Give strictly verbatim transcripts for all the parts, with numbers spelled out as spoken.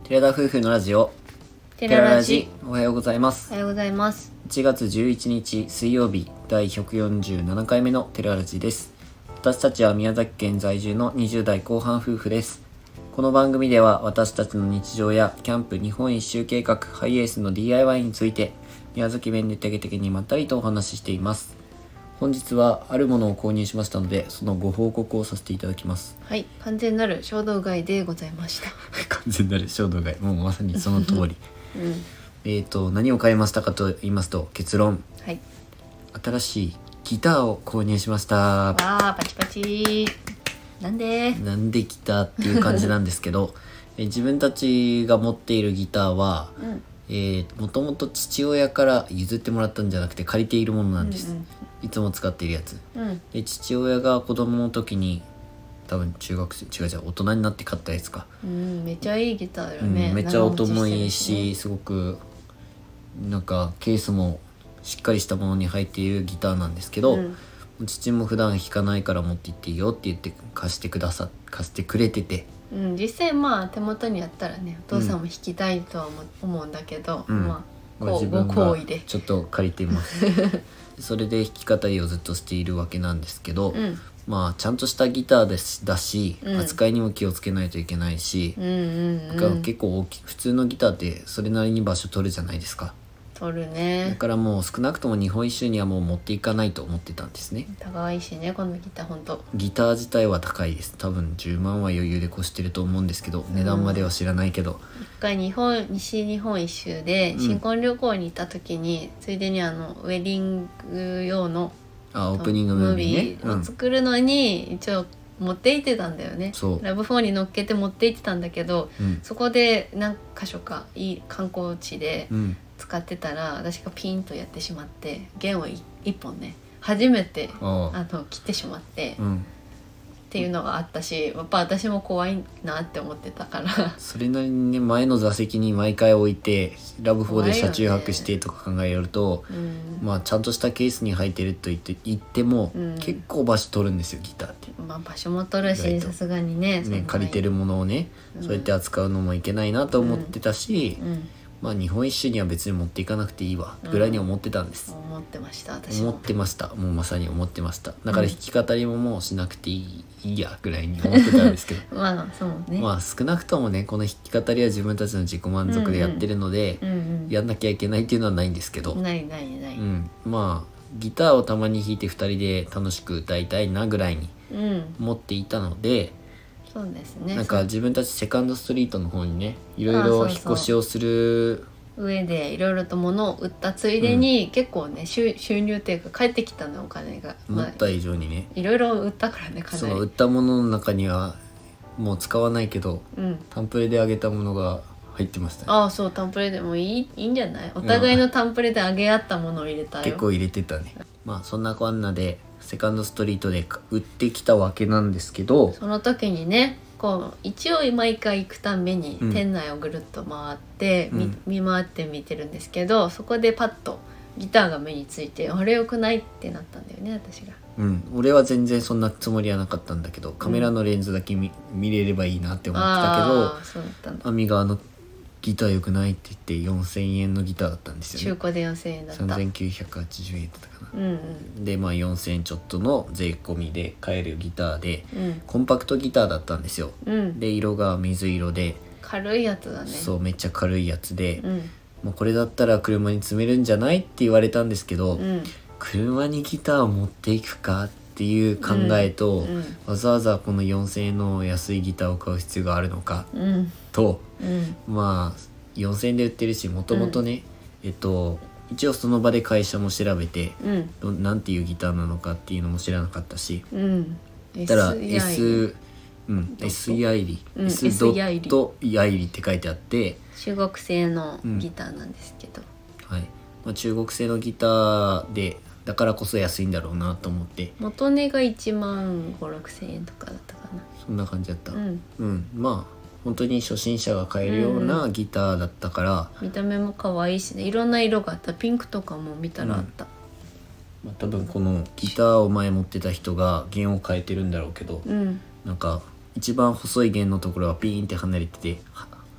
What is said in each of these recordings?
寺田夫婦のラジオテララジ。 おはようございます。 おはようございます。 いちがつじゅういちにち水曜日だいひゃくよんじゅうななかいめのテララジです。私たちは宮崎県在住のにじゅうだいこう半夫婦です。この番組では私たちの日常やキャンプ、日本一周計画、ハイエースの ディーアイワイ について宮崎弁でてげてげにまったりとお話ししています。本日はあるものを購入しましたので、そのご報告をさせていただきます。 はい、完全なる衝動買いでございました。 完全なる衝動買い、もうまさにその通り。 うん、 えーと何を買いましたかと言いますと、結論、 はい。 新しいギターを購入しました。 わーパチパチ。なんで？ なんでギターっていう感じなんですけど、え自分たちが持っているギターは、 うん、 えー、もともと父親から譲ってもらったんじゃなくて借りているものなんです、 うんうん、 いつも使っているやつ、 うん、 で父親が子供の時に多分中学生違う違う大人になって買ったやつか、 うん、めっちゃいいギターだよね、 うん、めっちゃ音もいい長し、 持ちしてるすごくなんかケースもしっかりしたものに入っているギターなんですけど、うん、父も普段弾かないから持って行っていいよって言って貸してくださ貸してくれてて、 うん、実際まあ手元にあったらね、お父さんも弾きたいとは思うんだけど、 うん、 まあご自分ごが好意でちょっと借りていますそれで弾き語りをずっとしているわけなんですけど、 うん、 まあちゃんとしたギターですだし、 うん、 扱いにも気をつけないといけないし、 うんうんうん、 結構大き普通のギターってそれなりに場所取るじゃないですか。 取るね。 だからもう少なくとも日本一周にはもう持っていかないと思ってたんですね。 高いしね、このギターほんと。 ギター自体は高いです。多分じゅうまんは余裕で越してると思うんですけど、値段までは知らないけど、 一回日本西日本一周で新婚旅行に行った時に、うん、ついでにあのウェディング用のあオープニングムービーねを作るのに一応持って行ってたんだよね。 そうラブフォーに乗っけて持って行ってたんだけど、 うん、 そこで何箇所かいい観光地で使ってたら、うん、私がピンとやってしまって弦を一本ね初めてあの切ってしまって、うん、っていうのがあったし、やっぱ私も怖いなって思ってたからそれなりにね、前の座席に毎回置いてラブフォーで車中泊してとか考えると、ね、うん、まあちゃんとしたケースに入ってると言って言っても、うん、結構場所取るんですよギターって。 まあ場所も取るし、さすがに ね, ね借りてるものをね、うん、そうやって扱うのもいけないなと思ってたし、うんうん、まあ日本一周には別に持っていかなくていいわぐらいに思ってたんです、 うん、思ってました私も思ってましたもうまさに思ってました。だから弾き語りももうしなくていい、うん、いいやぐらいに思ってたんですけどまあそうね、 まあ少なくともねこの弾き語りは自分たちの自己満足でやってるので、うんうん、やんなきゃいけないっていうのはないんですけど、 ないないない、 うん、まあギターをたまに弾いてふたりで楽しく歌いたいなぐらいに思っていたので、 うん、そうですね。 なんか自分たちセカンドストリートの方にねいろいろ引っ越しをする上でいろいろと物を売ったついでに、うん、結構ね 収, 収入っていうか返ってきたのお金が思った以上にね、 いろいろ売ったからねかなり。 その売ったものの中にはもう使わないけど、うん、タンプレであげたものが入ってましたね。 ああそうタンプレでもいいいいんじゃない。お互いのタンプレであげ合ったものを入れたよ。 結構入れてたね。まあそんなこんなでセカンドストリートで売ってきたわけなんですけど、 その時にねこう一応毎回行くたんびに店内をぐるっと回って、うん、見, 見回って見てるんですけど、そこでパッとギターが目についてあれよくないってなったんだよね私が。 うん、俺は全然そんなつもりはなかったんだけど、カメラのレンズだけ 見,、うん、見れればいいなって思ってたけど、 あそうだったんだ。 アミがあのギターよくないって言ってよんせんえんのギターだったんですよね。 中古でよんせんえんだった。 さんぜんきゅうひゃくはちじゅうえんだったかな、うんうん、でまあよんせんえんちょっとの税込みで買えるギターで、うん、コンパクトギターだったんですよ、うん、で色が水色で軽いやつだね。 そうめっちゃ軽いやつで、うん、もうこれだったら車に積めるんじゃないって言われたんですけど、うん、車にギターを持っていくかっていう考えと、うんうん、わざわざこのよんせんえんの安いギターを買う必要があるのか、うん、と、うん、まあよんせんえんで売ってるしもともとね、うん、えっと一応その場で会社も調べて、うん、なんていうギターなのかっていうのも知らなかったし、うん、たら S、うん、S ヤイリ、うん、S ドットヤイリって書いてあって中国製のギターなんですけど、 うんはいまあ、中国製のギターでだからこそ安いんだろうなと思って、 元値がいちまんごせんろくせんえんとかだったかな。 そんな感じだった、うん、うん、まあ本当に初心者が買えるようなギターだったから、 うん、見た目も可愛いしね、いろんな色があった。ピンクとかも見たらあった、 うんまあ、多分このギターを前持ってた人が弦を変えてるんだろうけど、うん、なんか一番細い弦のところはピーンって離れてて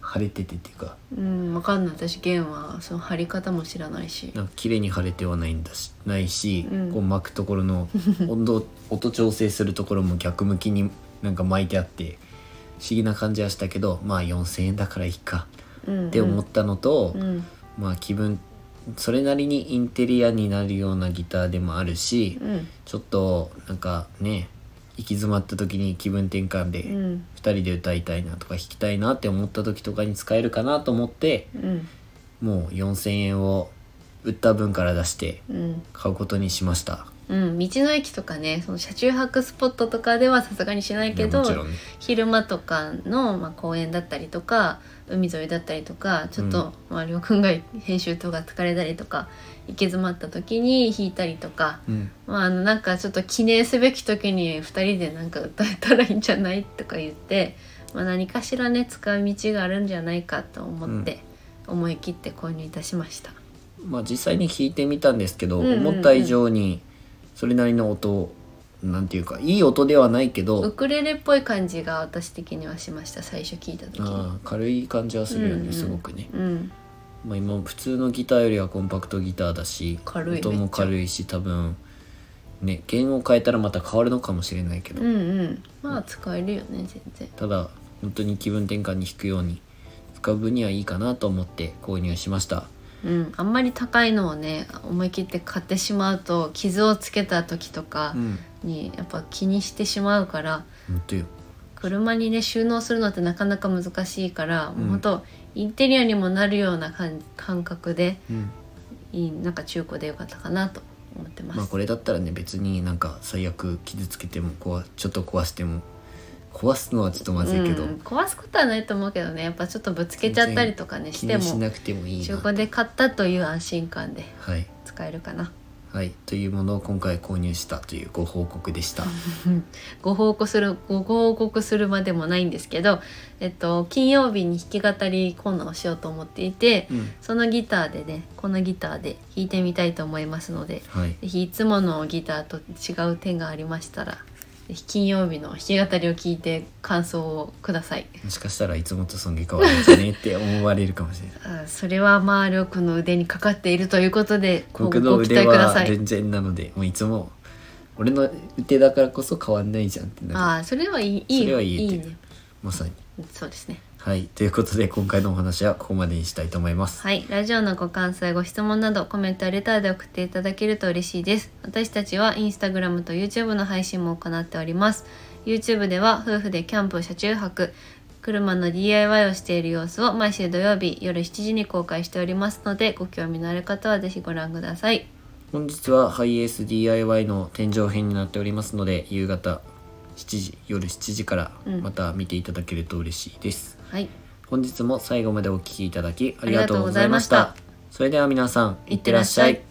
腫れててっていうか、 うん分かんない。私弦はその張り方も知らないし、 なんか綺麗に腫れてはないんだしないし、 うん、 こう巻くところの温度音調整するところも逆向きになんか巻いてあって不思議な感じはしたけど、まあよんせんえんだからいいかって思ったのと、 うんうん、 まあ気分それなりにインテリアになるようなギターでもあるし、 うん、 ちょっとなんかね行き詰まった時に気分転換でふたりで歌いたいなとか弾きたいなって思った時とかに使えるかなと思って、 うん、 もうよんせんえんを売った分から出して買うことにしました。 うん、道の駅とかね、その車中泊スポットとかではさすがにしないけど、ね、昼間とかの、まあ、公園だったりとか海沿いだったりとか、ちょっと、うんまあ、りょうくんが編集とか疲れたりとか行き詰まった時に弾いたりとか、うんまあ、あのなんかちょっと記念すべき時にふたりでなんか歌えたらいいんじゃないとか言って、まあ、何かしらね使う道があるんじゃないかと思って、うん、思い切って購入いたしました。 まあ、実際に弾いてみたんですけど、うんうんうん、思った以上にそれなりの音なんていうかいい音ではないけどウクレレっぽい感じが私的にはしました。最初聞いた時にあ軽い感じはするよね、うんうん、すごくね、 うんまあ、今普通のギターよりはコンパクトギターだし軽い音も軽いし多分ね弦を変えたらまた変わるのかもしれないけど、 うんうんまあ使えるよね全然。 ただ本当に気分転換に弾くように使う分にはいいかなと思って購入しました。 うん、あんまり高いのをね思い切って買ってしまうと傷をつけた時とかにやっぱ気にしてしまうから、 うん、本当よ。 車にね収納するのってなかなか難しいから、うん、もう本当インテリアにもなるような感感覚で、うん、いいなんか中古でよかったかなと思ってます。 まあこれだったらね別になんか最悪傷つけてもこうちょっと壊しても壊すのはちょっとまずいけど、うん、 壊すことはないと思うけどねやっぱちょっとぶつけちゃったりとかねしても気にしなくてもいいな中古で買ったという安心感で使えるかな、はいはい、というものを今回購入したというご報告でしたご報告するご報告するまでもないんですけど、えっと、金曜日に弾き語りコーナーをしようと思っていて、うん、そのギターでねこのギターで弾いてみたいと思いますので、はい、ぜひいつものギターと違う点がありましたら金曜日の弾き語りを聞いて感想をください。 もしかしたらいつもと尊敬変わるんじゃねって思われるかもしれないあそれはまありょうくんの腕にかかっているということで僕の腕は全然なのでもういつも俺の腕だからこそ変わんないじゃんってなる。 あそれはいいいいそれはいいいいねまさにそうですね。 はいということで今回のお話はここまでにしたいと思います。 はいラジオのご感想やご質問などコメントやレターで送っていただけると嬉しいです。私たちはインスタグラムと YouTube の配信も行っております。 YouTube では夫婦でキャンプ車中泊車の ディーアイワイ をしている様子を毎週土曜日夜しちじに公開しておりますのでご興味のある方はぜひご覧ください。 本日はハイエース ディーアイワイ の天井編になっておりますので夕方しちじ夜しちじからまた見ていただけると嬉しいです、 うん、はい本日も最後までお聞きいただきありがとうございました。それでは皆さんいってらっしゃい。